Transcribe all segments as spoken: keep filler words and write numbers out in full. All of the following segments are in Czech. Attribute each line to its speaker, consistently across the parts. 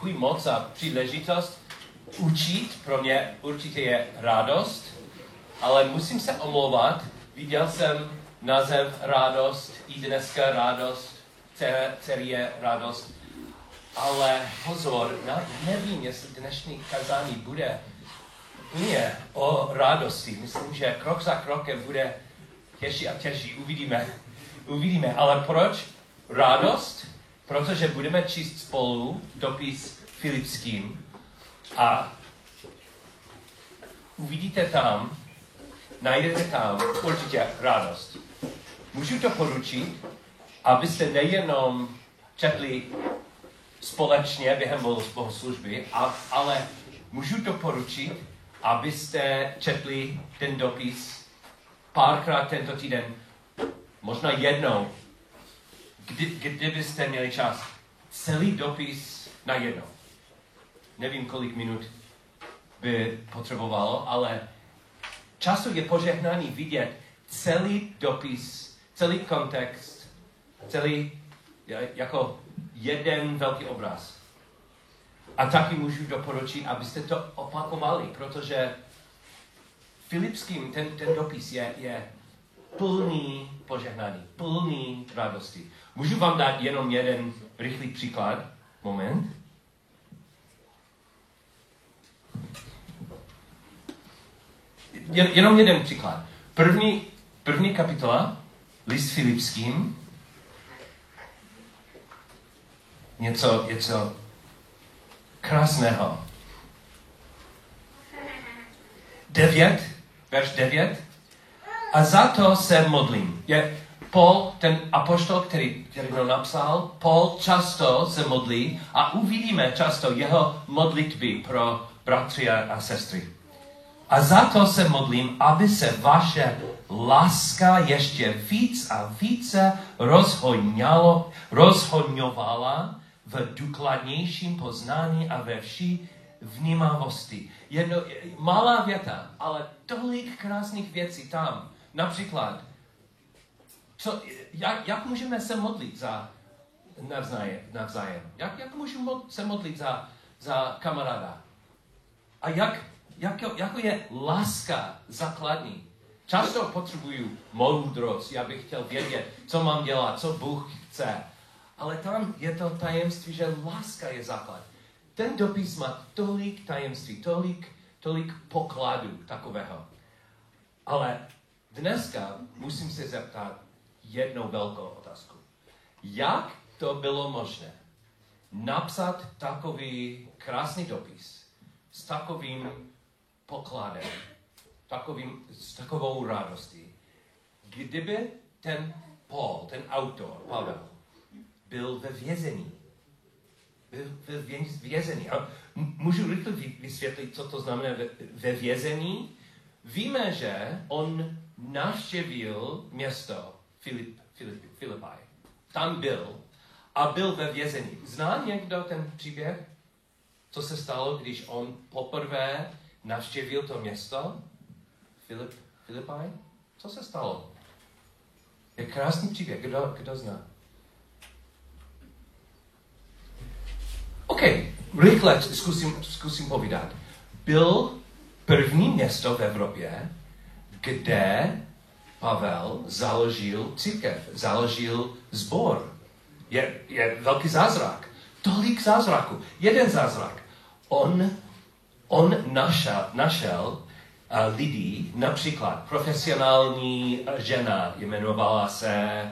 Speaker 1: Děkuji moc za příležitost učit. Pro mě určitě je radost, ale musím se omlouvat. Viděl jsem název radost, i dneska radost, celý je radost. Ale pozor, nevím, jestli dnešní kazání bude úplně o radosti. Myslím, že krok za krokem bude těžší a těžší. Uvidíme. Uvidíme. Ale proč radost? Protože budeme číst spolu dopis Filipským a uvidíte tam, najdete tam určitě radost. Můžu to poručit, abyste nejenom četli společně během bohoslužby, ale můžu to poručit, abyste četli ten dopis párkrát tento týden, možná jednou, kdy, kdybyste měli čas. Celý dopis na jednou. Nevím, kolik minut by potřebovalo, ale často je požehnání vidět celý dopis, celý kontext, celý jako jeden velký obraz. A taky můžu doporučit, abyste to opakovali, protože Filipským ten, ten dopis je, je plný požehnání, plný radosti. Můžu vám dát jenom jeden rychlý příklad? Moment. Jenom jeden příklad. První, první kapitola, list Filipským, něco, něco krásného. Devět, verš devět. A za to se modlím. Je Paul, ten apoštol, který, který to napsal, Paul často se modlí a uvidíme často jeho modlitby pro bratry a sestry. A za to se modlím, aby se vaše láska ještě víc a více rozhoňovala v důkladnějším poznání a ve vší vnímavosti. Jedno, malá věta, ale tolik krásných věcí tam. Například, co, jak, jak můžeme se modlit za navzájem? navzájem? Jak, jak můžeme se modlit za, za kamaráda? A jak, jak, jako je láska základní? Často potřebuju moudrost, já bych chtěl vědět, co mám dělat, co Bůh chce. Ale tam je to tajemství, že láska je základ. Ten dopis má tolik tajemství, tolik, tolik pokladů takového. Ale dneska musím se zeptat jednou velkou otázku. Jak to bylo možné napsat takový krásný dopis s takovým pokladem, takovým, s takovou radostí, kdyby ten Paul, ten autor, Pavel, byl ve vězení. Byl ve vězení. A můžu rychle vysvětlit, co to znamená ve vězení? Víme, že on navštěvil město Filip, Filip, Filipi. Tam byl a byl ve vězení. Zná někdo ten příběh? Co se stalo, když on poprvé navštěvil to město Filip, Filipi? Co se stalo? Je krásný příběh. Kdo, kdo zná? OK, rychle zkusím, zkusím povídat. Byl první město v Evropě, kde Pavel založil církev, založil sbor. Je, je velký zázrak. Tolik zázraků. Jeden zázrak. On, on našel, našel uh, lidi, například profesionální žena, jmenovala se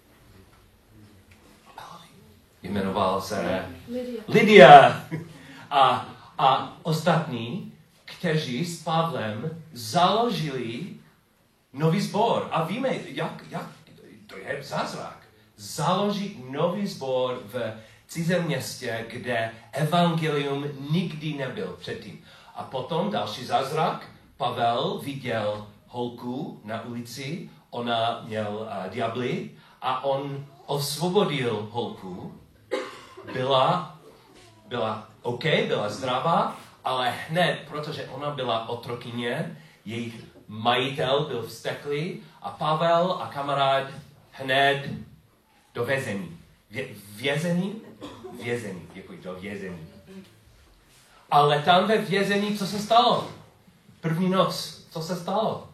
Speaker 1: jmenovala se
Speaker 2: Lydia.
Speaker 1: Lydia. A, a ostatní, kteří s Pavlem založili nový sbor. A víme, jak, jak to je zázrak. Založit nový sbor v cizím městě, kde evangelium nikdy nebyl předtím. A potom další zázrak. Pavel viděl holku na ulici, ona měl uh, diably a on osvobodil holku. Byla, byla OK, byla zdravá, ale hned, protože ona byla otrokyně, jejich majitel byl vzteklý a Pavel a kamarád hned do vězení. Vě, vězení? Vězení, děkuji, do vězení. Ale tam ve vězení, co se stalo? První noc, co se stalo?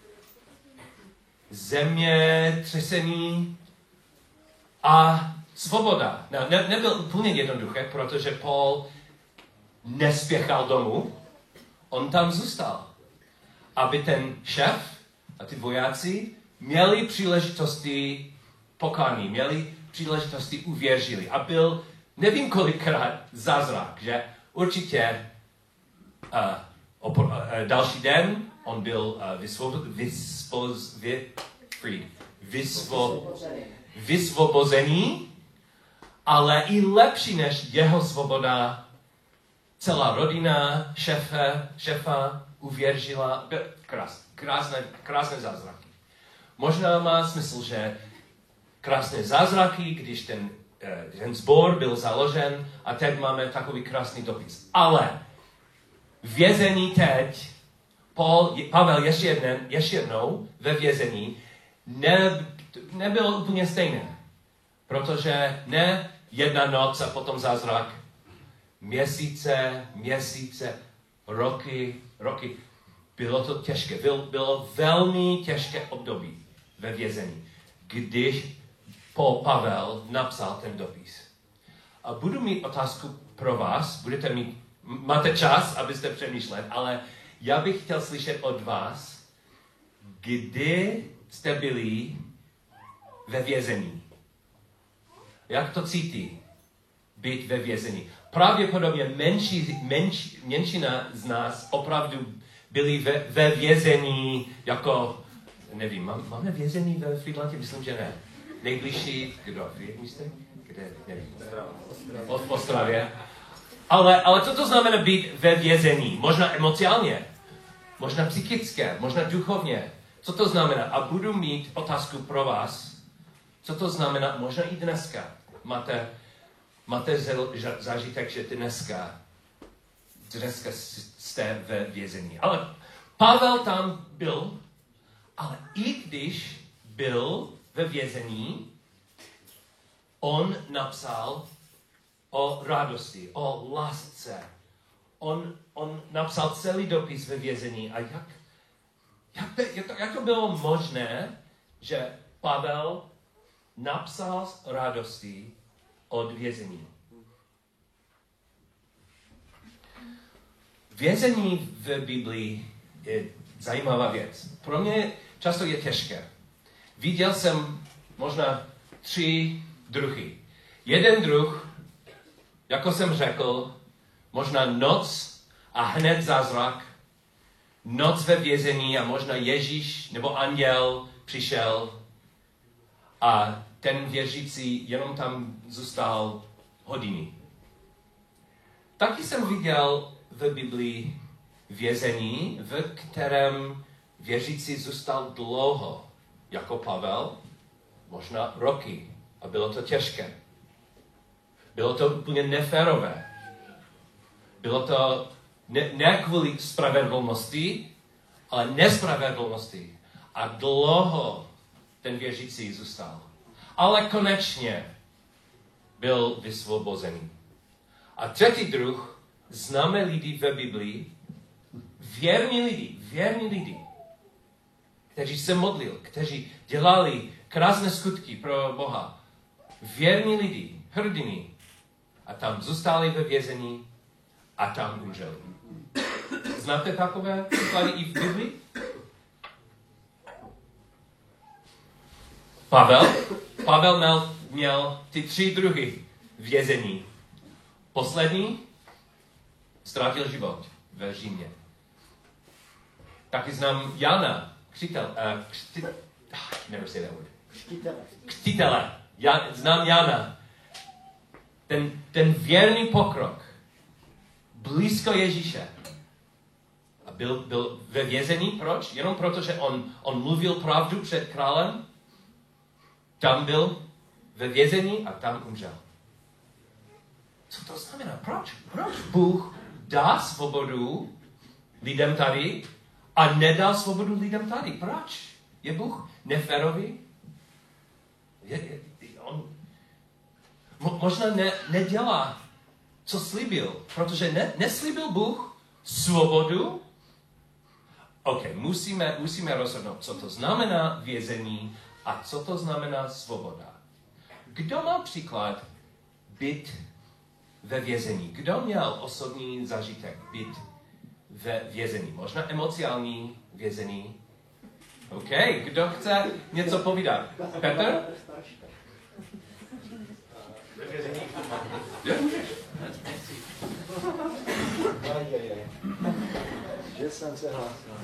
Speaker 1: Země, třesení a svoboda. No, ne, nebyl úplně jednoduché, protože Paul nespěchal domů. On tam zůstal, aby ten šéf a ty vojáci měli příležitosti pokání, měli příležitosti uvěřili. A byl, nevím kolikrát, zázrak, že určitě uh, opor, uh, další den on byl uh, vysvobozený, vyspoz, vy, free, vysvo, vysvobozený, ale i lepší než jeho svoboda. Celá rodina, šéfe, šéfa uvěřila. Krás, krásné, krásné zázraky. Možná má smysl, že krásné zázraky, když ten, ten sbor byl založen a teď máme takový krásný dopis. Ale vězení teď, Paul, Pavel ještě, jeden, ještě jednou ve vězení ne, nebyl úplně stejné. Protože ne jedna noc a potom zázrak, měsíce, měsíce, roky, roky. Bylo to těžké. Byl, bylo velmi těžké období ve vězení, když Paul Pavel napsal ten dopis. A budu mít otázku pro vás. Budete mít, máte čas, abyste přemýšlet, ale já bych chtěl slyšet od vás, kdy jste byli ve vězení. Jak to cítí být ve vězení? Pravděpodobně menší, menší, menšina z nás opravdu byli ve, ve vězení jako, nevím, máme vězení ve Frýdlantě? Myslím, že ne. Nejbližší, kdo? Vy jste? Kde? Nevím. V Ostravě. Ale, ale co to znamená být ve vězení? Možná emocionálně, možná psychické, možná duchovně. Co to znamená? A budu mít otázku pro vás. Co to znamená? Možná i dneska máte Máte zážitek, že dneska, dneska jste ve vězení. Ale Pavel tam byl, ale i když byl ve vězení, on napsal o radosti, o lásce. On, on napsal celý dopis ve vězení. A jak, jak, by, jak, to, jak to bylo možné, že Pavel napsal radosti od vězení. Vězení v Biblii je zajímavá věc. Pro mě často je těžké. Viděl jsem možná tři druhy. Jeden druh, jako jsem řekl, možná noc a hned zázrak, noc ve vězení a možná Ježíš nebo anděl přišel a ten věřící jenom tam zůstal hodiny. Taky jsem viděl v Biblii vězení, v kterém věřící zůstal dlouho, jako Pavel, možná roky. A bylo to těžké. Bylo to úplně neférové. Bylo to ne, ne kvůli spravedlnosti, ale nespravedlnosti. A dlouho ten věřící zůstal. Ale konečně byl vysvobozený. A třetí druh, známe lidi ve Biblii, věrní lidi, věrní lidi, kteří se modlili, kteří dělali krásné skutky pro Boha. Věrní lidi, hrdiny. A tam zůstali ve vězení a tam umřeli. Znáte takové příklady i v Biblii? Pavel, Pavel měl, měl ty tři druhy vězení. Poslední ztratil život ve Římě. Taky znám Jana, křtitel, uh, křti, never say that word. Křtitele. Křtitele. Já, znám Jana. Ten, ten věrný pokrok blízko Ježíše. A byl, byl ve vězení. Proč? Jenom proto, že on, on mluvil pravdu před králem. Tam byl ve vězení a tam umřel. Co to znamená? Proč? Proč Bůh dá svobodu lidem tady a nedal svobodu lidem tady? Proč? Je Bůh neférový? Je, je, on mo, možná ne, nedělá co slíbil. Protože ne, neslíbil Bůh svobodu. OK, musíme, musíme rozhodnout, co to znamená vězení a co to znamená svoboda. Kdo má příklad být ve vězení? Kdo měl osobní zážitek být ve vězení? Možná emocionální vězení? OK, kdo chce něco povídat? Petr? Ve vězení?
Speaker 2: Že jsem se hlásil.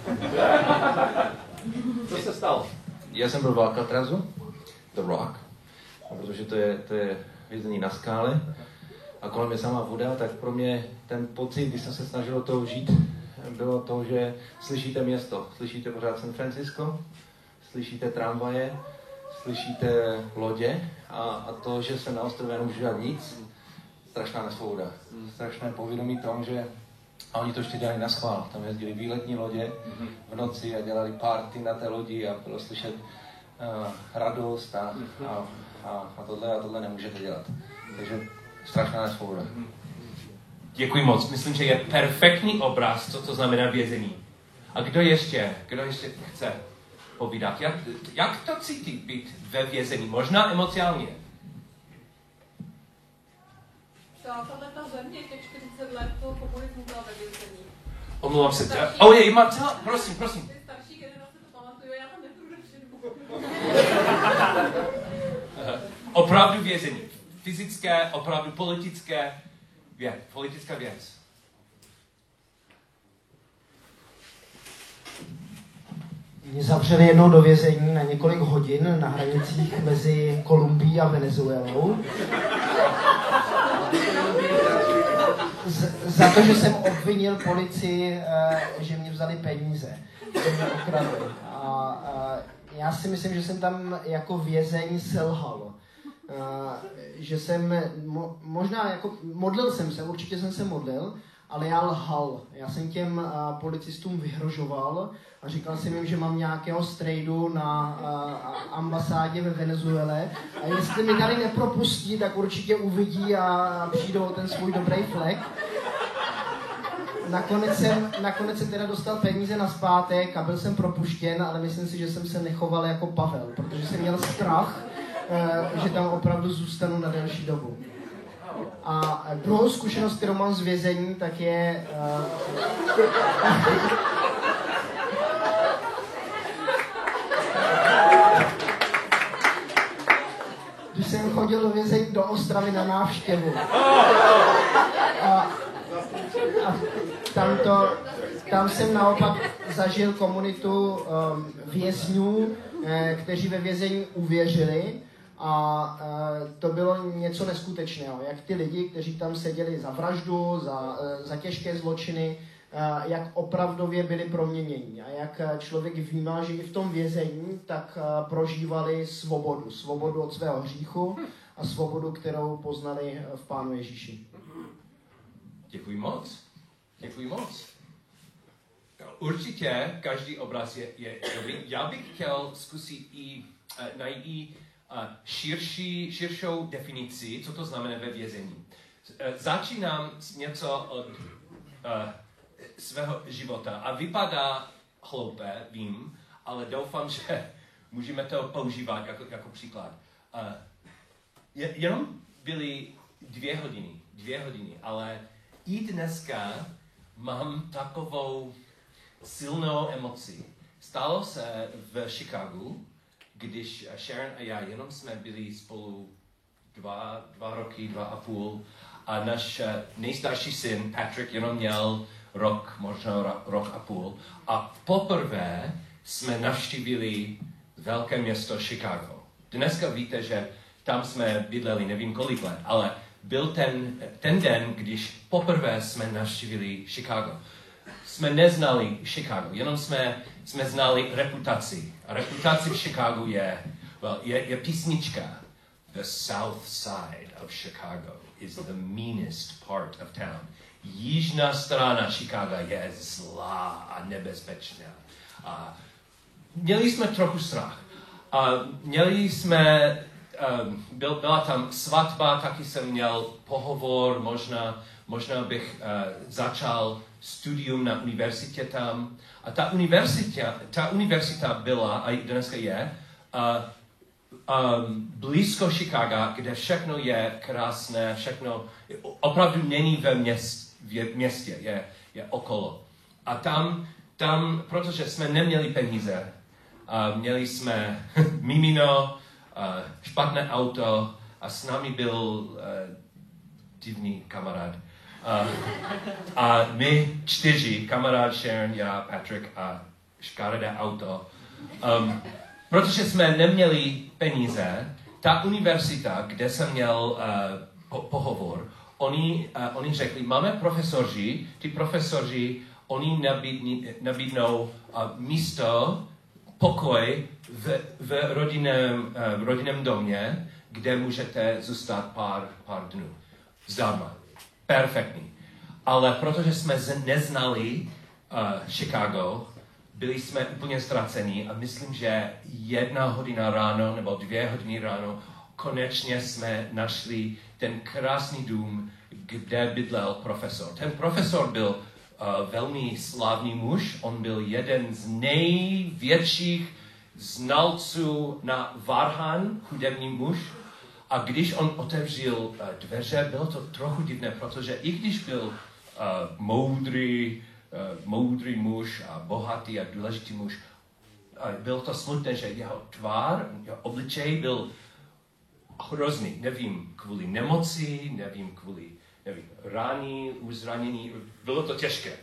Speaker 1: Co se stalo?
Speaker 2: Já jsem byl v Alcatrazu, The Rock, protože to je, to je vězení na skále a kolem je samá voda, tak pro mě ten pocit, když jsem se snažil o toho žít, bylo to, že slyšíte město, slyšíte pořád San Francisco, slyšíte tramvaje, slyšíte lodě a, a to, že jsem na ostrově nemůžu dělat nic, strašná nesvoboda, strašné povědomí tom, že a oni to ještě dělali na schvál. Tam jezdili výletní lodě v noci a dělali party na té lodi a bylo slyšet uh, radost a, a, a, a tohle a tohle nemůžete dělat. Takže strašná nesvoboda.
Speaker 1: Děkuji moc. Myslím, že je perfektní obraz, co to znamená vězení. A kdo ještě, kdo ještě chce povídat? Jak, jak to cítí být ve vězení? Možná emocionálně.
Speaker 3: Tahle ta země, těch čtyřicet let toho komunismu byla ve vězení.
Speaker 1: Omlouvám se. Oh, je, mám celá, prosím, prosím.
Speaker 3: Ty starší generace to pamatují, já tam nepůjdu všemu.
Speaker 1: Opravdu vězení. Fyzické, opravdu politické věc. Politická věc.
Speaker 4: Mě zavřeli jednou do vězení na několik hodin na hranicích mezi Kolumbií a Venezuelou. Z, za to, že jsem obvinil policii, že mě vzali peníze, že mě okradli. A, a já si myslím, že jsem tam jako vězeň selhal. A, že jsem, mo, možná jako, modlil jsem se, určitě jsem se modlil, ale já lhal. Já jsem těm a, policistům vyhrožoval a říkal jsem jim, že mám nějakého strejdu na a, ambasádě ve Venezuele a jestli mi tady nepropustí, tak určitě uvidí a, a přijdou o ten svůj dobrý flek. Nakonec jsem, nakonec jsem teda dostal peníze nazpátek a byl jsem propuštěn, ale myslím si, že jsem se nechoval jako Pavel, protože jsem měl strach, že tam opravdu zůstanu na delší dobu. A druhou zkušenost, kterou mám z vězení, tak je... Uh... Když jsem chodil do vězení do Ostravy na návštěvu. A, a tam, to, tam jsem naopak zažil komunitu um, vězňů, eh, kteří ve vězení uvěřili. A e, to bylo něco neskutečného. Jak ty lidi, kteří tam seděli za vraždu, za, e, za těžké zločiny, e, jak opravdově byli proměněni. A jak člověk vnímal, že i v tom vězení, tak e, prožívali svobodu. Svobodu od svého hříchu a svobodu, kterou poznali v Pánu Ježíši.
Speaker 1: Děkuji moc. Děkuji moc. Určitě každý obraz je, je dobrý. Já bych chtěl zkusit i uh, najít i Uh, širší, širšou definici, co to znamená ve vězení. Uh, začínám s něco od uh, svého života a vypadá hloupé, vím, ale doufám, že můžeme to používat jako, jako příklad. Uh, je, jenom byly dvě hodiny, dvě hodiny, ale i dneska mám takovou silnou emoci. Stalo se v Chicagu, když Sharon a já jenom jsme byli spolu dva, dva roky, dva a půl a náš nejstarší syn Patrick jenom měl rok, možná rok a půl a poprvé jsme navštívili velké město Chicago. Dneska víte, že tam jsme bydleli nevím kolik let, ale byl ten, ten den, když poprvé jsme navštívili Chicago. Jsme neznali Chicago, jenom jsme, jsme znali reputaci. A reputaci v Chicagu je, well, je, je písnička. The south side of Chicago is the meanest part of town. Jižná strana Chicaga je zlá a nebezpečná. A měli jsme trochu strach. A měli jsme, um, byl, byla tam svatba, taky jsem měl pohovor, možná možná bych uh, začal studium na univerzitě tam. A ta univerzita, ta univerzita byla, a dneska je, uh, um, blízko Chicaga, kde všechno je krásné, všechno opravdu není ve měst, v městě, je, je okolo. A tam, tam, protože jsme neměli peníze, uh, měli jsme mimino, uh, špatné auto a s námi byl uh, divný kamarád. Uh, a my čtyři, kamarád Sharon, já, Patrick a škaredé auto, um, protože jsme neměli peníze, ta univerzita, kde jsem měl uh, po- pohovor, oni, uh, oni řekli, máme profesoři, ty profesoři, oni nabídni, nabídnou uh, místo, pokoj v, v, rodinném, uh, v rodinném domě, kde můžete zůstat pár, pár dnů. Zdarma. Perfektní. Ale protože jsme neznali uh, Chicago, byli jsme úplně ztraceni a myslím, že jedna hodina ráno nebo dvě hodiny ráno konečně jsme našli ten krásný dům, kde bydlel profesor. Ten profesor byl uh, velmi slavný muž, on byl jeden z největších znalců na varhan, hudební muž. A když on otevřel uh, dveře, bylo to trochu divné, protože i když byl uh, moudrý, uh, moudrý muž a bohatý a důležitý muž, uh, bylo to smutné, že jeho tvár, jeho obličej byl hrozný. Nevím, kvůli nemoci, nevím, kvůli nevím, raní, uzranění. Bylo to těžké.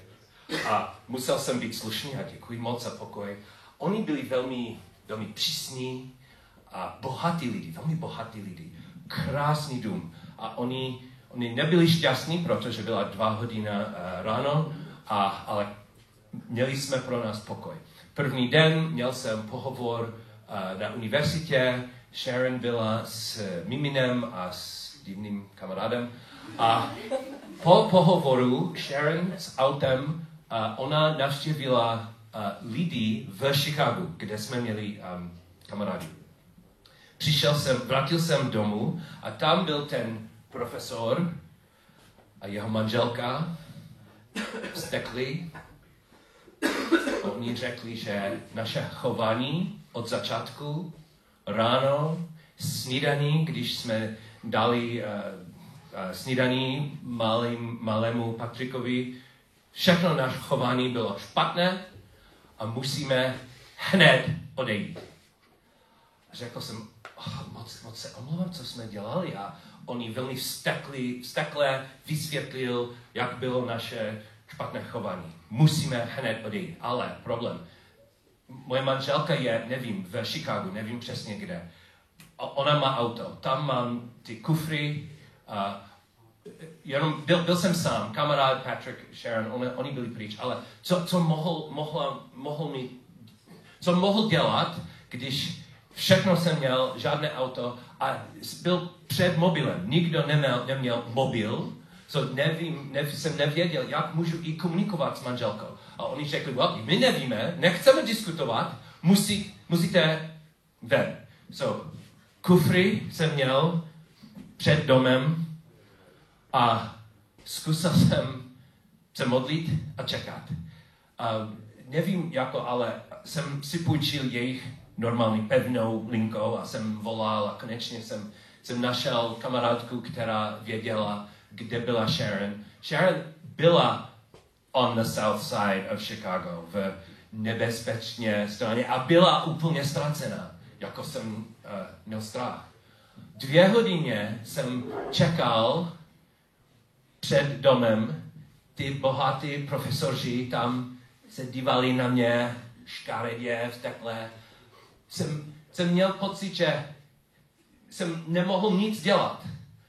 Speaker 1: A musel jsem být slušný a děkuji moc za pokoj. Oni byli velmi, velmi přísní, a bohatí lidi, velmi bohatí lidi, krásný dům. A oni, oni nebyli šťastní, protože byla dva hodina uh, ráno, a, ale měli jsme pro nás pokoj. První den měl jsem pohovor uh, na univerzitě, Sharon byla s miminem a s divným kamarádem. A po pohovoru Sharon s autem, uh, ona navštívila uh, lidi v Chicagu, kde jsme měli um, kamarády. Přišel jsem, vrátil jsem domů a tam byl ten profesor a jeho manželka vztekli. Oni řekli, že naše chování od začátku, ráno, snídaní, když jsme dali uh, uh, snídaní malým, malému Patrickovi, všechno naše chování bylo špatné a musíme hned odejít. A řekl jsem, oh, moc, moc se omlouvám, co jsme dělali. A oni velmi vztekli, vztekle vysvětlil, jak bylo naše špatné chování. Musíme hned odejít. Ale problém. Moje manželka je, nevím, v Chicagu, nevím přesně kde. Ona má auto. Tam mám ty kufry. A jenom byl, byl jsem sám, kamarád Patrick, Sharon, on, oni byli pryč. Ale co, co mohl, mohl, mohl mi, co mohl dělat, když všechno jsem měl, žádné auto a byl před mobilem. Nikdo neměl, neměl mobil, so nevím, nev, jsem nevěděl, jak můžu i komunikovat s manželkou. A oni řekli, well, my nevíme, nechceme diskutovat, musí, musíte ven. So, kufry jsem měl před domem a zkusil jsem se modlit a čekat. A nevím, jako, ale jsem si půjčil jejich normální pevnou linkou a jsem volal a konečně jsem, jsem našel kamarádku, která věděla, kde byla Sharon. Sharon byla on the south side of Chicago, v nebezpečné straně a byla úplně ztracená, jako jsem uh, měl strach. Dvě hodiny jsem čekal před domem, ty bohatí profesoři tam se dívali na mě, škaredě, vztekle. Jsem, jsem měl pocit, že jsem nemohl nic dělat.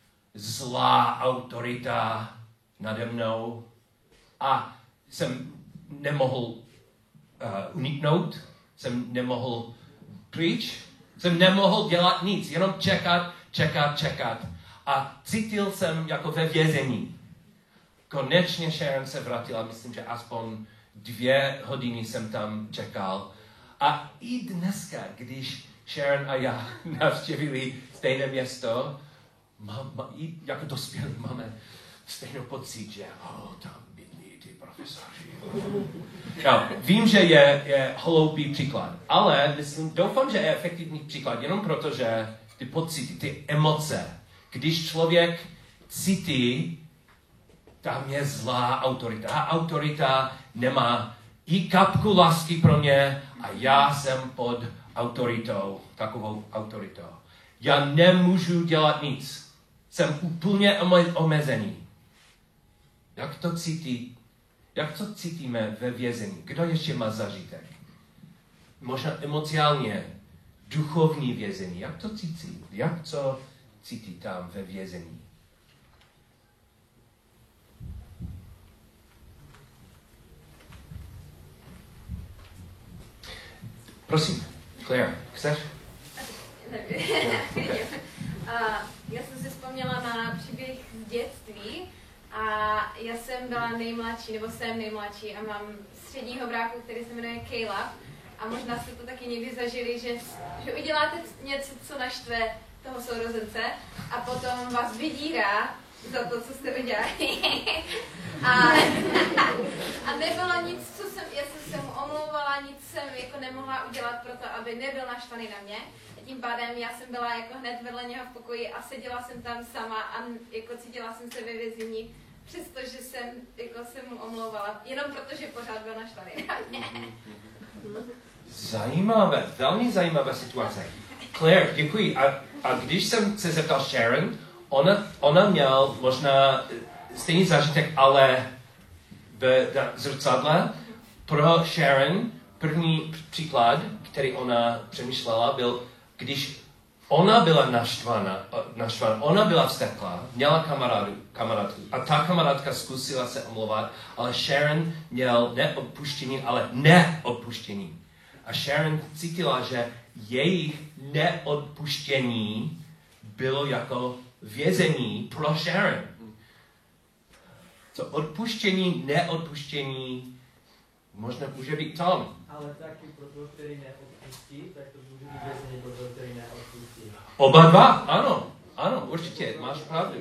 Speaker 1: Zlá autorita nade mnou a jsem nemohl uh, uniknout, jsem nemohl pryč, jsem nemohl dělat nic, jenom čekat, čekat, čekat. A cítil jsem jako ve vězení. Konečně Sharon se vrátila, myslím, že aspoň dvě hodiny jsem tam čekal. A i dneska, když Sharon a já navštěvili stejné město, má, má, i jako dospělí máme stejný pocit, že oh, tam bydlí ty profesoři. No, vím, že je, je hloupý příklad, ale myslím, doufám, že je efektivní příklad, jenom proto, že ty pocity, ty emoce, když člověk cítí, tam je zlá autorita. A autorita nemá i kapku lásky pro mě a já jsem pod autoritou, takovou autoritou. Já nemůžu dělat nic. Jsem úplně omezený. Jak to cítí? Jak to cítíme ve vězení? Kdo ještě má zažitek? Možná emocionálně, duchovní vězení. Jak to cítí? Jak to cítí tam ve vězení? Prosím, Claire, chceš?
Speaker 5: Okay. uh, já jsem si vzpomněla na příběh z dětství a já jsem byla nejmladší, nebo jsem nejmladší a mám středního bráchu, který se jmenuje Caleb a možná jste to taky někdy zažili, že, že uděláte něco, co naštve toho sourozence a potom vás vydírá za to, co jste udělali. a, a nebylo nic, co jsem, já jsem se mu omlouvala, nic jsem jako nemohla udělat pro to, aby nebyl naštvaný na mě. A tím pádem já jsem byla jako hned vedle něho v pokoji a seděla jsem tam sama a jako cítila jsem se ve vězení, přestože jsem jako se mu omlouvala, jenom protože pořád byl naštvaný na mě.
Speaker 1: Zajímavé, velmi zajímavé situace. Claire, děkuji. A, a když jsem se zeptal Sharon, ona, ona měla možná stejný zážitek, ale v zrcadle. Pro Sharon první příklad, který ona přemýšlela, byl, když ona byla naštvaná, naštvaná ona byla vzteklá, měla kamarádu, kamarádku a ta kamarádka zkusila se omlouvat, ale Sharon měl neodpuštění, ale neodpuštění. A Sharon cítila, že jejich neodpuštění bylo jako vězení pro Sharon. To odpuštění, neodpuštění možná může být Tom.
Speaker 6: Ale taky pro toho, který neodpustí, tak to může být vězení pro toho, který neodpustí.
Speaker 1: Oba dva? Ano, ano, určitě, máš pravdu.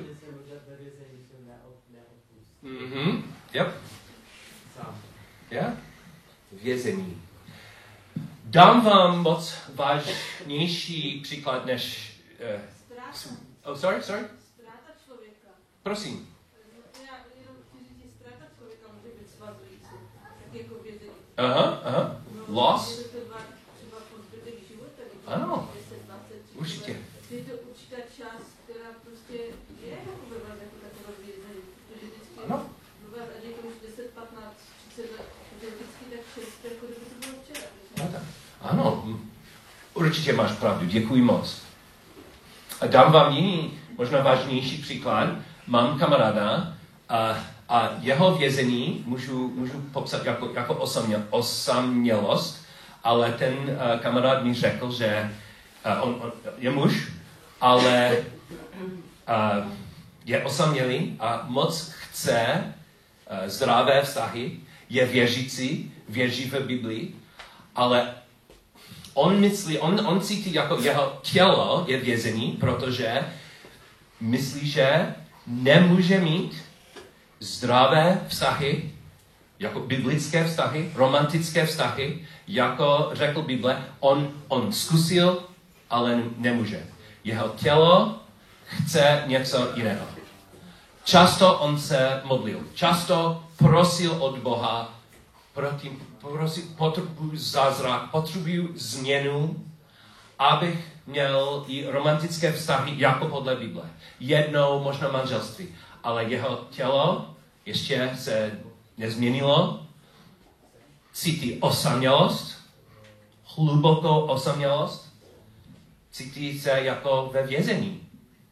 Speaker 1: Mhm, yep.
Speaker 6: Sám.
Speaker 1: Yeah. Vězení. Dám vám moc vážnější příklad než... Uh, oh, sorry, sorry?
Speaker 3: Ztráta člověka.
Speaker 1: Prosím.
Speaker 3: Já jenom chci říct, ztráta člověka může být svazující, tak jako vězení.
Speaker 1: Aha, aha. Loss?
Speaker 3: Třeba po zbytek života.
Speaker 1: Ano, určitě.
Speaker 3: Je to určitá část, která prostě je jako ve vás jako takové vězení. Protože vždycky ve vás, ať je to už deset, patnáct, třicet let, protože vždycky tak šest, jako kdyby to bylo včera.
Speaker 1: Ano, určitě máš pravdu, děkuji moc. A dám vám jiný, možná vážnější příklad. Mám kamaráda a, a jeho vězení můžu, můžu popsat jako, jako osamě, osamělost, ale ten uh, kamarád mi řekl, že uh, on, on je muž, ale uh, je osamělý a moc chce uh, zdravé vztahy, je věřící, věří v Biblii, ale on myslí, on, on cítí jako jeho tělo je vězení, protože myslí, že nemůže mít zdravé vztahy, jako biblické vztahy, romantické vztahy, jako řekl Bible, on, on zkusil, ale nemůže. Jeho tělo chce něco jiného. Často on se modlil, často prosil od Boha, proti, prosil, potřebuji zázrak, potřebuji změnu, abych měl i romantické vztahy jako podle Bible. Jednou možná manželství, ale jeho tělo ještě se nezměnilo, cítí osamělost, hlubokou osamělost, cítí se jako ve vězení.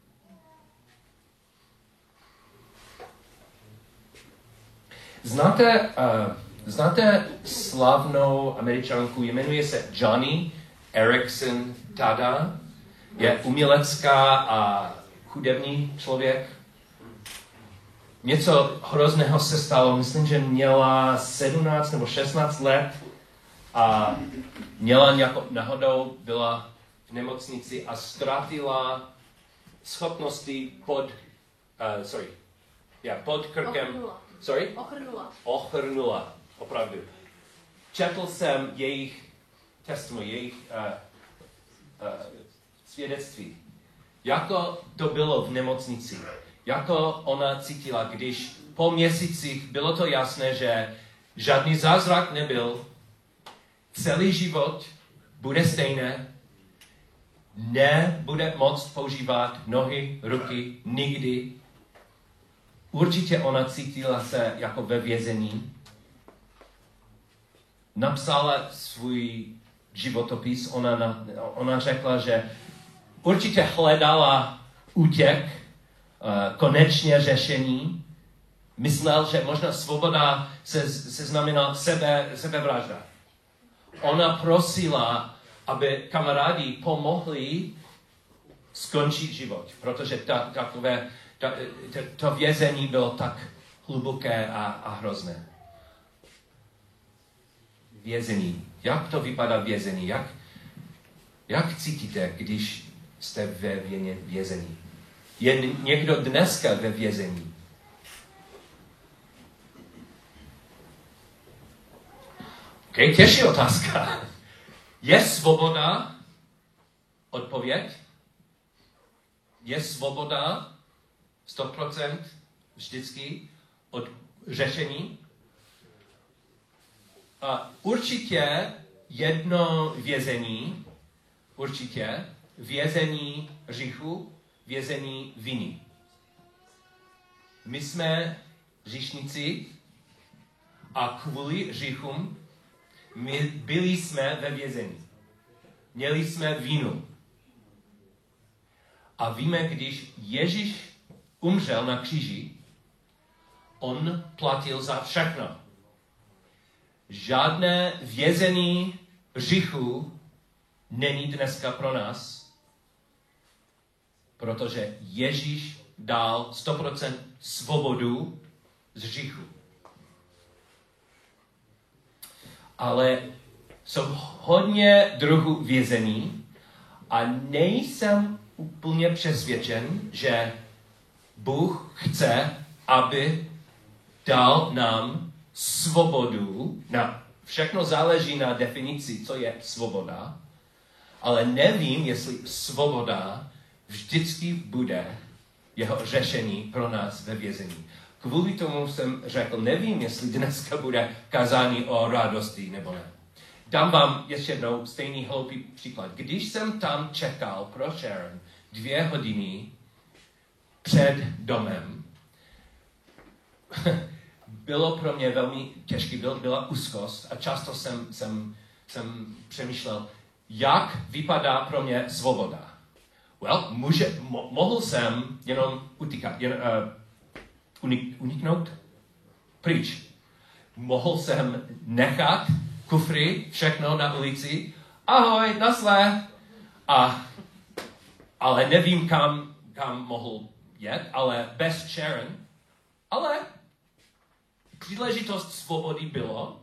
Speaker 1: Znáte, uh, znáte slavnou Američanku, jmenuje se Joni Eareckson Tada, je umělecká a hudební člověk. Něco hrozného se stalo, myslím, že měla sedmnáct nebo šestnáct let a měla nějakou náhodou, byla v nemocnici a ztratila schopnosti pod, uh, sorry, Já pod krkem...
Speaker 5: Ochrnula.
Speaker 1: Sorry?
Speaker 5: Ochrnula.
Speaker 1: Ochrnula, opravdu. Četl jsem jejich testimony, jejich uh, uh, svědectví. Jako to bylo v nemocnici. Jako ona cítila, když po měsících bylo to jasné, že žádný zázrak nebyl, celý život bude stejné, nebude moct používat nohy, ruky, nikdy. Určitě ona cítila se jako ve vězení. Napsala svůj životopis, ona, ona řekla, že určitě hledala útěk, konečně řešení. Myslel, že možná svoboda se, se znamená sebe, sebevražda. Ona prosila, aby kamarádi pomohli skončit život, protože ta, takové, ta, ta, to vězení bylo tak hluboké a, a hrozné. Vězení. Jak to vypadá vězení? Jak, jak cítíte, když jste ve vězení? Je někdo dneska ve vězení? Okay, těžší otázka. Je svoboda odpověď? Je svoboda sto procent vždycky od řešení? A určitě jedno vězení, určitě vězení hříchu, vězení viny. My jsme hříšníci a kvůli hříchům my byli jsme ve vězení. Měli jsme vinu. A víme, když Ježíš umřel na kříži, on platil za všechno. Žádné vězení hříchu není dneska pro nás, protože Ježíš dal sto procent svobodu z hříchu. Ale jsou hodně druhů vězení a nejsem úplně přesvědčen, že Bůh chce, aby dal nám svobodu. Na, všechno záleží na definici, co je svoboda, ale nevím, jestli svoboda vždycky bude jeho řešení pro nás ve vězení. Kvůli tomu jsem řekl, nevím, jestli dneska bude kázání o radosti nebo ne. Dám vám ještě jednou stejný hloupý příklad. Když jsem tam čekal pro Sharon dvě hodiny před domem, bylo pro mě velmi těžké, byl, byla úzkost a často jsem, jsem, jsem přemýšlel, jak vypadá pro mě svoboda. Well, může, mo, mohl jsem jenom utíkat, jen, uh, unik, uniknout pryč. Mohl jsem nechat kufry, všechno na ulici, ahoj, naslé. A, ale nevím, kam, kam mohl jet, ale bez Sharon. Ale příležitost svobody bylo.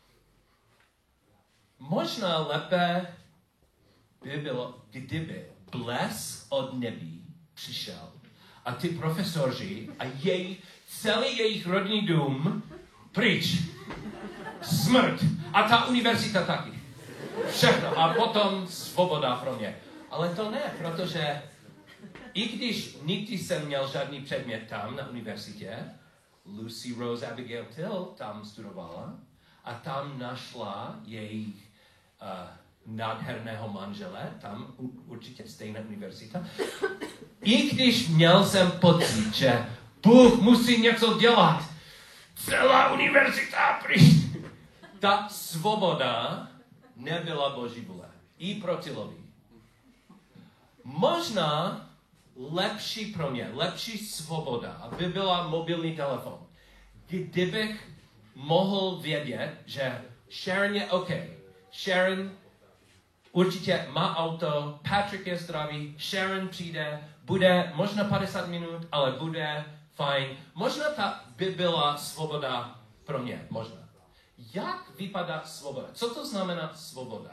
Speaker 1: Možná lépe by bylo, kdyby blesk od nebí přišel a ty profesoři a jej, celý jejich rodinný dům pryč. Smrt. A ta univerzita taky. Všechno. A potom svoboda pro mě. Ale to ne, protože i když nikdy jsem měl žádný předmět tam na univerzitě, Lucy Rose Abigail Till tam studovala a tam našla jejich uh, nádherného manžele, tam u, určitě stejná univerzita. I když měl jsem pocit, že Bůh musí něco dělat, celá univerzita pryč. Ta svoboda nebyla Boží vůle. I pro Tillovi. Možná lepší pro mě, lepší svoboda by byla mobilní telefon. Kdybych mohl vědět, že Sharon je OK. Sharon určitě má auto, Patrick je zdravý, Sharon přijde, bude možná padesát minut, ale bude fajn. Možná ta by byla svoboda pro mě, možná. Jak vypadá svoboda? Co to znamená svoboda?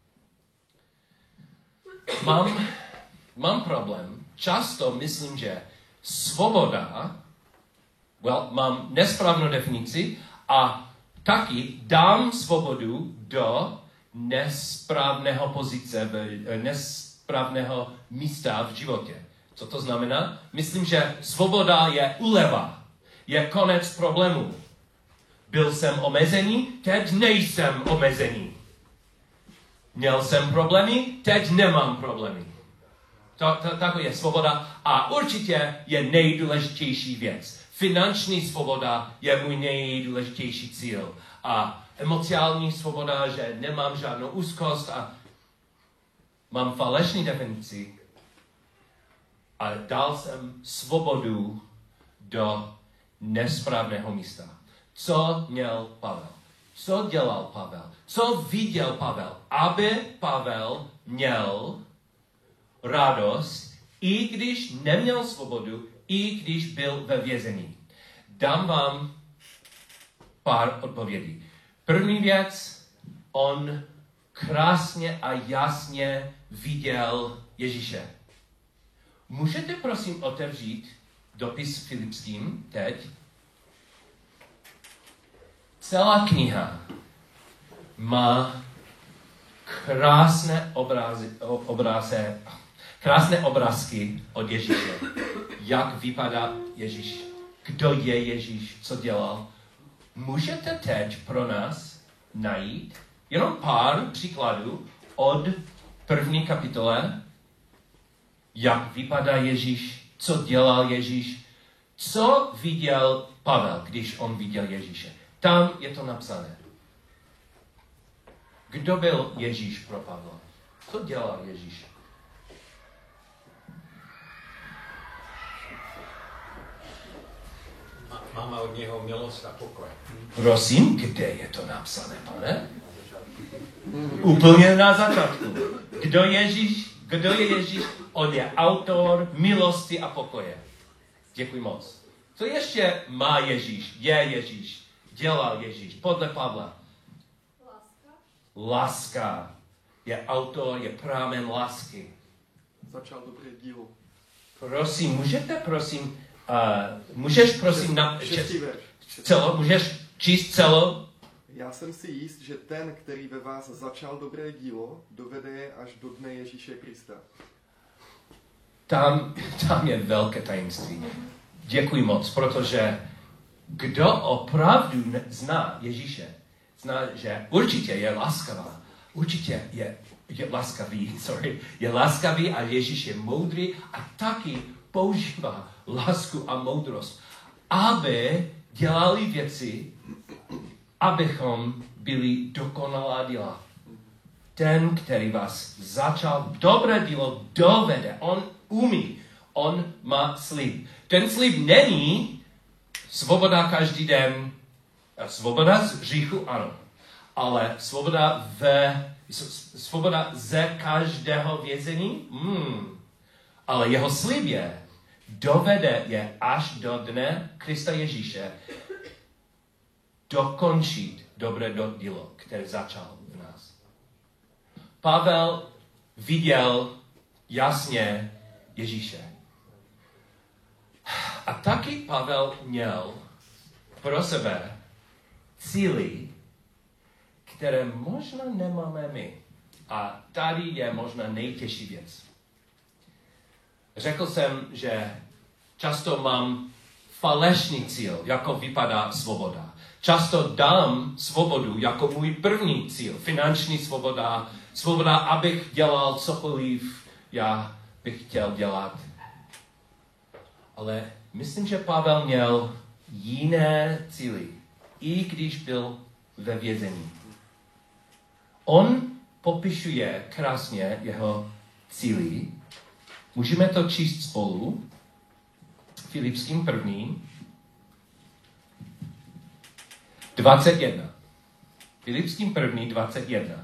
Speaker 1: Mám, mám problém. Často myslím, že svoboda well, mám nesprávnou definici a taky dám svobodu do nesprávného pozice, nesprávného místa v životě. Co to znamená? Myslím, že svoboda je úleva, je konec problému. Byl jsem omezený, teď nejsem omezený. Měl jsem problémy, teď nemám problémy. To, to, to je svoboda a určitě je nejdůležitější věc. Finanční svoboda je můj nejdůležitější cíl. A emocionální svoboda, že nemám žádnou úzkost a mám falešný definici. A dal jsem svobodu do nesprávného místa. Co měl Pavel? Co dělal Pavel? Co viděl Pavel? Aby Pavel měl radost, i když neměl svobodu, i když byl ve vězení. Dám vám pár odpovědí. První věc, on krásně a jasně viděl Ježíše. Můžete prosím otevřít dopis Filipským teď? Celá kniha má krásné obrazy, obraze, krásné obrázky od Ježíše. Jak vypadá Ježíš? Kdo je Ježíš? Co dělal? Můžete teď pro nás najít jenom pár příkladů od první kapitole, jak vypadá Ježíš, co dělal Ježíš, co viděl Pavel, když on viděl Ježíše. Tam je to napsané. Kdo byl Ježíš pro Pavla? Co dělal Ježíš?
Speaker 7: Máme od něho milost a pokoj.
Speaker 1: Prosím, kde je to napsané, pane? Úplně na začátku. Kdo Ježíš? Kdo je Ježíš? On je autor milosti a pokoje. Děkuji moc. Co ještě má Ježíš? Je Ježíš. Dělal Ježíš. Podle Pavla.
Speaker 3: Láska.
Speaker 1: Láska. Je autor, je pramen lásky.
Speaker 8: Začal dobré dílo.
Speaker 1: Prosím, můžete prosím, uh, můžeš prosím na...
Speaker 8: Šestý verš.
Speaker 1: Celo, můžeš číst celo?
Speaker 8: Já jsem si jist, že ten, který ve vás začal dobré dílo, dovede je až do dne Ježíše Krista.
Speaker 1: Tam, tam je velké tajemství. Děkuji moc, protože kdo opravdu zná Ježíše, zná, že určitě je laskavá, určitě je, je laskavý, sorry, je laskavý a Ježíš je moudrý a taky používá lásku a moudrost, aby dělali věci, abychom byli dokonalá díla. Ten, který vás začal dobré dílo, dovede. On umí. On má slib. Ten slib není svoboda každý den. Svoboda z hříchu, ano. Ale svoboda, ve, svoboda ze každého vězení? Hmm. Ale jeho slib je, dovede je až do dne Krista Ježíše dokončit dobré dílo, které začal v nás. Pavel viděl jasně Ježíše. A taky Pavel měl pro sebe cíly, které možná nemáme my. A tady je možná nejtěžší věc. Řekl jsem, že často mám falešný cíl, jako vypadá svoboda. Často dám svobodu jako můj první cíl. Finanční svoboda, svoboda, abych dělal cokoliv já bych chtěl dělat. Ale myslím, že Pavel měl jiné cíly, i když byl ve vězení. On popisuje krásně jeho cíly. Můžeme to číst spolu. Filipským první. dvacet jedna. Filipským první dvacet jedna.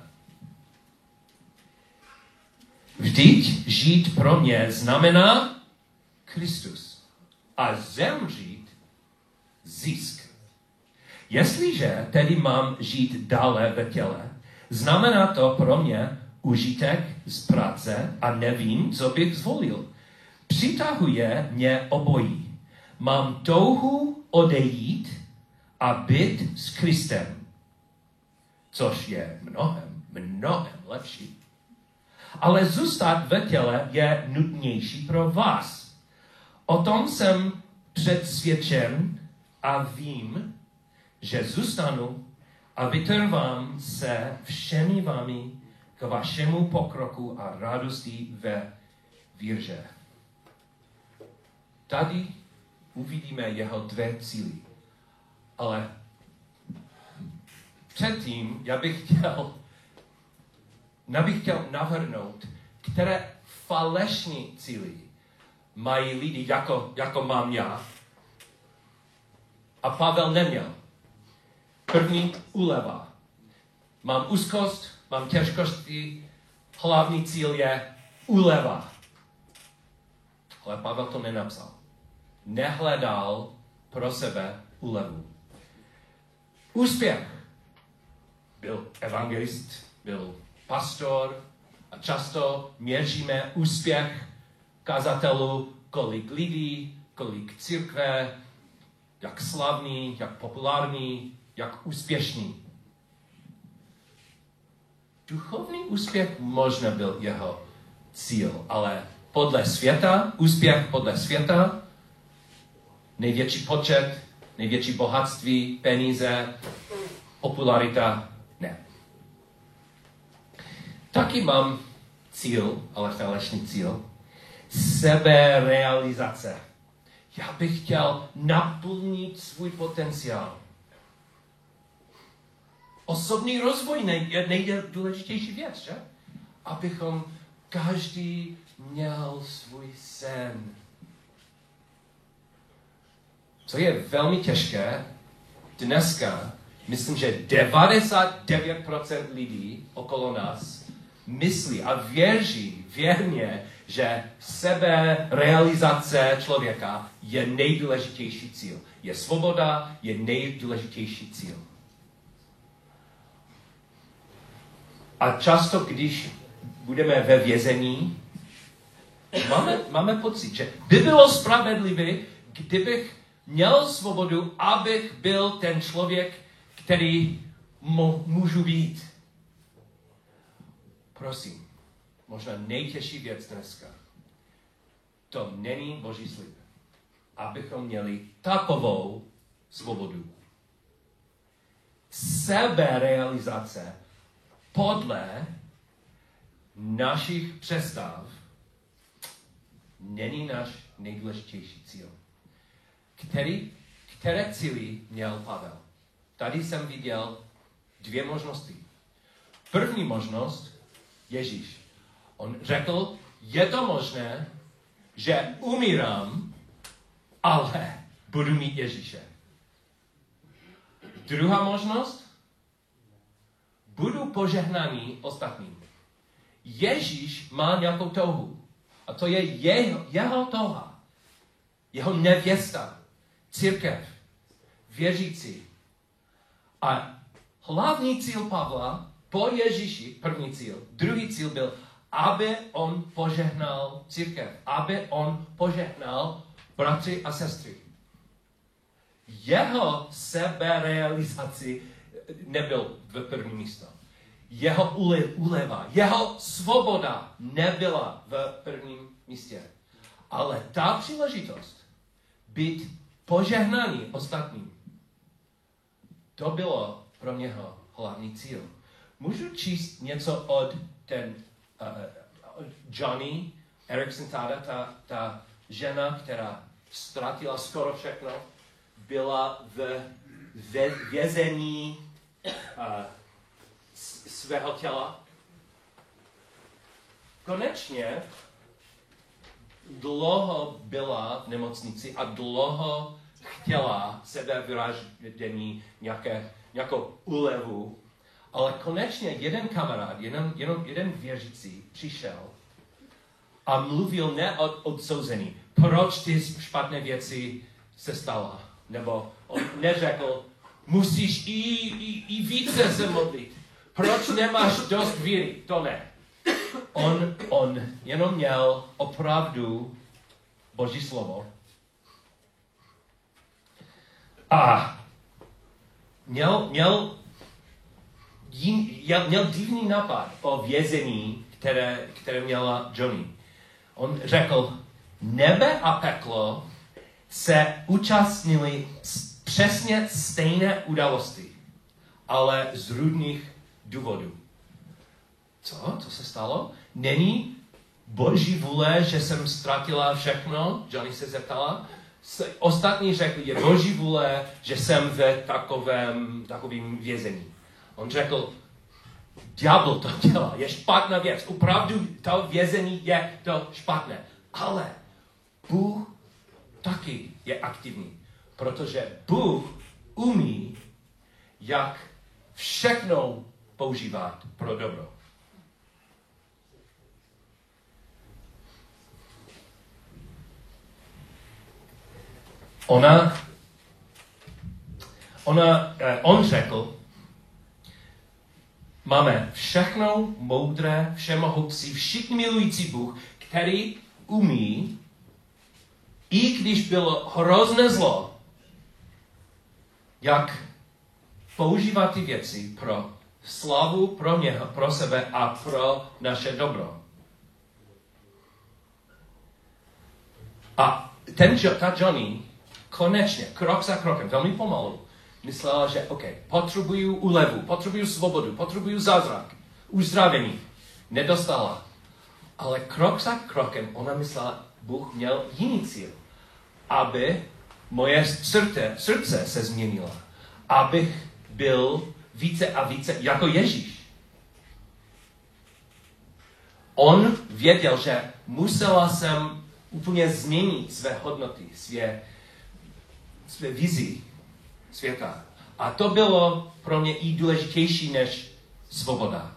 Speaker 1: Vždyť žít pro mě znamená Kristus a zemřít zisk. Jestliže tedy mám žít dále ve těle, znamená to pro mě užitek z práce a nevím, co bych zvolil. Přitahuje mě obojí. mám touhu odejít a být s Kristem, což je mnohem, mnohem lepší. Ale zůstat ve těle je nutnější pro vás. O tom jsem přesvědčen a vím, že zůstanu a vytrvám se všemi vámi k vašemu pokroku a radosti ve víře. Tady uvidíme jeho dvě cíly. Ale předtím já bych chtěl, já bych chtěl navrhnout, které falešné cíly mají lidi, jako, jako mám já. A Pavel neměl. První úleva. Mám úzkost, mám těžkosti, hlavní cíl je úleva. Ale Pavel to nenapsal. Nehledal pro sebe úlevu. Úspěch. Byl evangelist, byl pastor a často měříme úspěch kazatelů, kolik lidí, kolik církve, jak slavný, jak populární, jak úspěšný. Duchovní úspěch možná byl jeho cíl, ale podle světa, úspěch podle světa, největší počet, největší bohatství, peníze, popularita, ne. Taky mám cíl, ale falešný cíl, seberealizace. Já bych chtěl naplnit svůj potenciál. Osobní rozvoj je nejdůležitější věc, že? Abychom každý měl svůj sen. Co je velmi těžké, dneska, myslím, že devadesát devět procent lidí okolo nás myslí a věří věrně, že seberealizace člověka je nejdůležitější cíl. Je svoboda, je nejdůležitější cíl. A často, když budeme ve vězení, máme, máme pocit, že by bylo spravedlivé, kdybych měl svobodu, abych byl ten člověk, který mo- můžu být. Prosím, možná nejtěžší věc dneska. To není Boží slib, abychom měli takovou svobodu. Seberealizace podle našich představ není náš nejdůležitější cíl. Který, které cíly měl Pavel? Tady jsem viděl dvě možnosti. První možnost, Ježíš. On řekl, je to možné, že umírám, ale budu mít Ježíše. Druhá možnost, budu požehnaný ostatním. Ježíš má nějakou touhu. A to je jeho, jeho touha. Jeho nevěsta. Církev. Věřící. A hlavní cíl Pavla po Ježíši, první cíl, druhý cíl byl, aby on požehnal církev. Aby on požehnal bratři a sestry. Jeho seberealizaci nebyl v první místo. Jeho úleva, jeho svoboda nebyla v prvním místě. Ale ta příležitost být požehnaný ostatním, to bylo pro něho hlavní cíl. Můžu číst něco od ten uh, Johnny Erickson Tada, ta, ta žena, která ztratila skoro všechno, byla v vězení uh, svého těla. Konečně dlouho byla v nemocnici a dlouho chtěla sebevyraždění, nějaké, nějakou úlevu, ale konečně jeden kamarád, jeden, jenom jeden věřící přišel a mluvil ne o odsouzení. Proč ty špatné věci se stala? Nebo on neřekl, musíš i, i, i více se modlit. Proč nemáš dost víry? To ne. On, on jenom měl opravdu Boží slovo. A měl, měl, měl, měl divný nápad o vězení, které, které měla Johnny. On řekl, nebe a peklo se účastnili přesně stejné události, ale z různých důvodů. Co? Co se stalo? Není Boží vůle, že jsem ztratila všechno? Johnny se zeptala. Ostatní řekli, je Boží vůle, že jsem ve takovém, takovém vězení. On řekl, ďábel to dělá, je špatná věc. Opravdu to vězení je to špatné. Ale Bůh taky je aktivní, protože Bůh umí, jak všechno používat pro dobro. Ona, ona, eh, on řekl, máme všechno moudré, všemohoucí, všichni milující Bůh, který umí, i když bylo hrozné zlo, jak používat ty věci pro slavu, pro něho, pro sebe a pro naše dobro. A ten, ta Johnny konečně, krok za krokem, velmi pomalu, myslela, že OK, potřebuju úlevu, potřebuju svobodu, potřebuju zázrak, uzdravení. Nedostala. Ale krok za krokem ona myslela, Bůh měl jiný cíl. Aby moje srdce, srdce se změnilo. Abych byl více a více jako Ježíš. On věděl, že musela jsem úplně změnit své hodnoty, své, své vizi světa. A to bylo pro mě i důležitější než svoboda.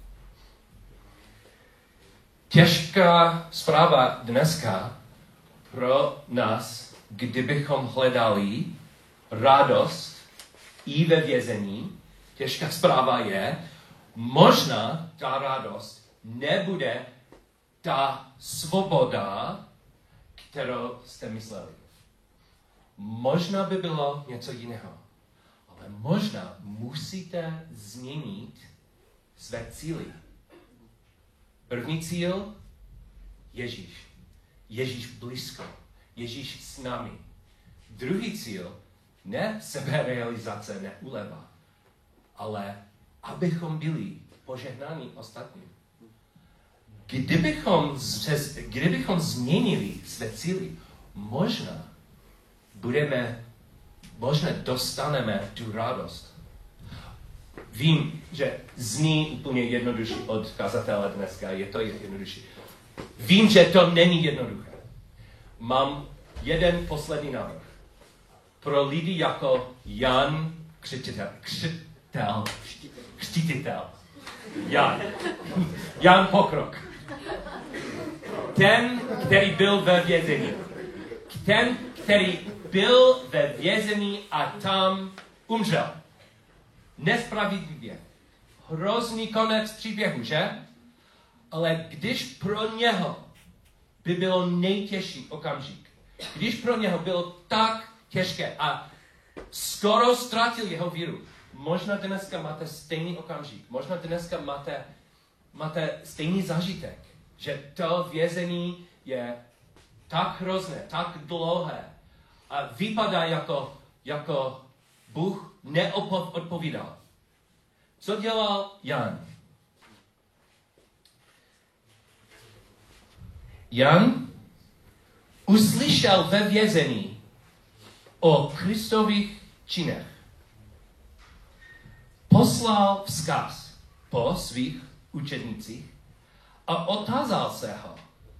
Speaker 1: Těžká zpráva dneska pro nás, kdybychom hledali radost i ve vězení, těžká zpráva je, možná ta radost nebude ta svoboda, kterou jste mysleli. Možná by bylo něco jiného. Ale možná musíte změnit své cíly. První cíl, Ježíš. Ježíš blízko. Ježíš s námi. Druhý cíl, ne seberealizace, ne úleva, ale abychom byli požehnáni ostatním. Kdybychom, kdybychom změnili své cíly, možná budeme, možná dostaneme tu radost. Vím, že zní úplně jednodušší od kazatele dneska, je to jednodušší. Vím, že to není jednoduché. Mám jeden poslední návrh. Pro lidi jako Jan Křtitel, křtitel, křtitel. Jan. Jan Pokrok. Ten, který byl ve vězení. Ten, který byl ve vězení a tam umřel. Nespravedlivě. Hrozný konec příběhu, že? Ale když pro něho by bylo nejtěžší okamžik, když pro něho bylo tak těžké a skoro ztratil jeho víru, možná dneska máte stejný okamžik, možná dneska máte, máte stejný zážitek, že to vězení je tak hrozné, tak dlouhé a vypadá jako, jako Bůh neodpovídal. Co dělal Jan? Jan uslyšel ve vězení o Kristových činech. Poslal vzkaz po svých učednicích a otázal se ho.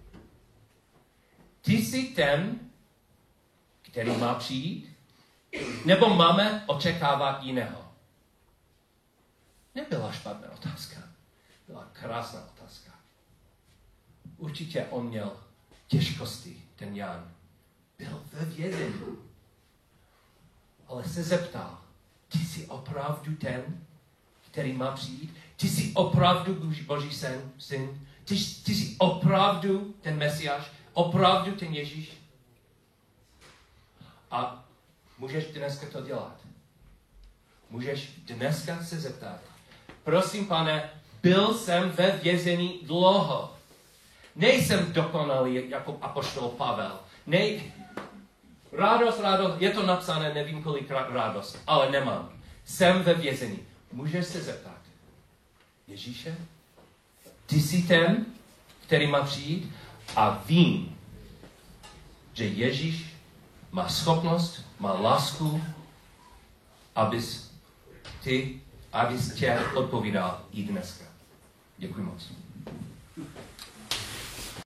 Speaker 1: Ty jsi ten, který má přijít? Nebo máme očekávat jiného? Nebyla špatná otázka. Byla krásná otázka. Určitě on měl těžkosti, ten Jan. Byl ve vězení. Ale se zeptal, ty jsi opravdu ten, který má přijít? Ty jsi opravdu Boží syn? syn? Ty, ty jsi opravdu ten Mesiáš? Opravdu ten Ježíš? A Můžeš dneska to dělat. Můžeš dneska se zeptat. Prosím, pane, byl jsem ve vězení dlouho. Nejsem dokonalý jako apoštol Pavel. Nej... Radost, radost, je to napsané, nevím kolikrát radost, ale nemám. Jsem ve vězení. Můžeš se zeptat. Ježíše, ty jsi ten, který má přijít a vím, že Ježíš má schopnost, má lásku, abys ty, abys tě odpovídal i dneska. Děkuji moc.